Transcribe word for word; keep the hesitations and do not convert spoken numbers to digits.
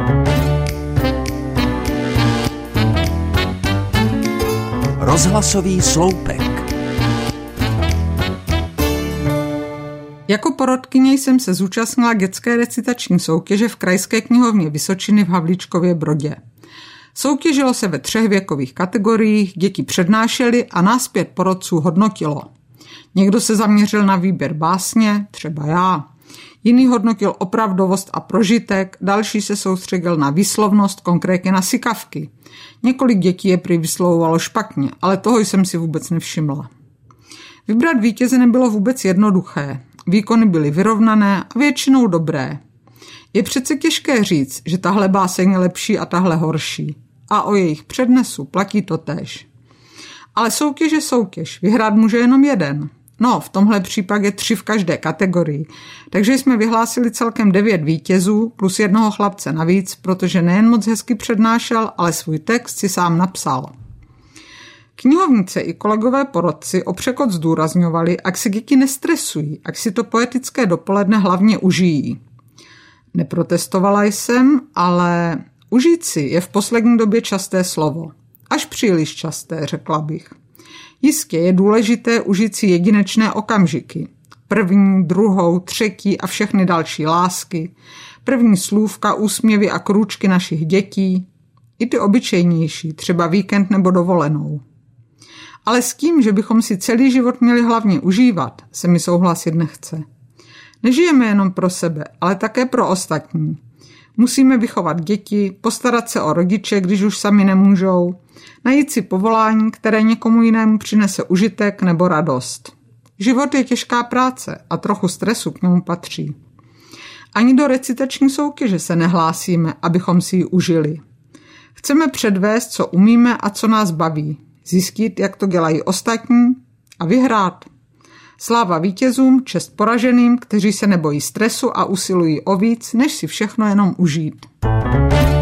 Rozhlasový sloupek. Jako porodkyně jsem se zúčastnila dětské recitační soutěže v Krajské knihovně Vysočiny v Havlíčkově Brodě. Soutěžilo se ve třech věkových kategoriích, děti přednášely a nás pět porodců hodnotilo. Někdo se zaměřil na výběr básně, třeba já. Jiný hodnotil opravdovost a prožitek, další se soustředil na výslovnost, konkrétně na sykavky. Několik dětí je prý vyslovovalo špatně, ale toho jsem si vůbec nevšimla. Vybrat vítěze nebylo vůbec jednoduché. Výkony byly vyrovnané a většinou dobré. Je přece těžké říct, že tahle báseň je lepší a tahle horší. A o jejich přednesu platí totéž. Ale soutěž je soutěž, vyhrát může jenom jeden. No, v tomhle případě tři v každé kategorii. Takže jsme vyhlásili celkem devět vítězů plus jednoho chlapce navíc, protože nejen moc hezky přednášel, ale svůj text si sám napsal. Knihovnice i kolegové porodci o překot zdůrazňovali, ať se děti nestresují, ať si to poetické dopoledne hlavně užijí. Neprotestovala jsem, ale užít si je v poslední době časté slovo. Až příliš časté, řekla bych. Jistě je důležité užít si jedinečné okamžiky. První, druhou, třetí a všechny další lásky. První slůvka, úsměvy a krůčky našich dětí. I ty obyčejnější, třeba víkend nebo dovolenou. Ale s tím, že bychom si celý život měli hlavně užívat, se mi souhlasit nechce. Nežijeme jenom pro sebe, ale také pro ostatní. Musíme vychovat děti, postarat se o rodiče, když už sami nemůžou, najít si povolání, které někomu jinému přinese užitek nebo radost. Život je těžká práce a trochu stresu k němu patří. Ani do recitační soutěže se nehlásíme, abychom si ji užili. Chceme předvést, co umíme a co nás baví, zjistit, jak to dělají ostatní a vyhrát. Sláva vítězům, čest poraženým, kteří se nebojí stresu a usilují o víc, než si všechno jenom užít.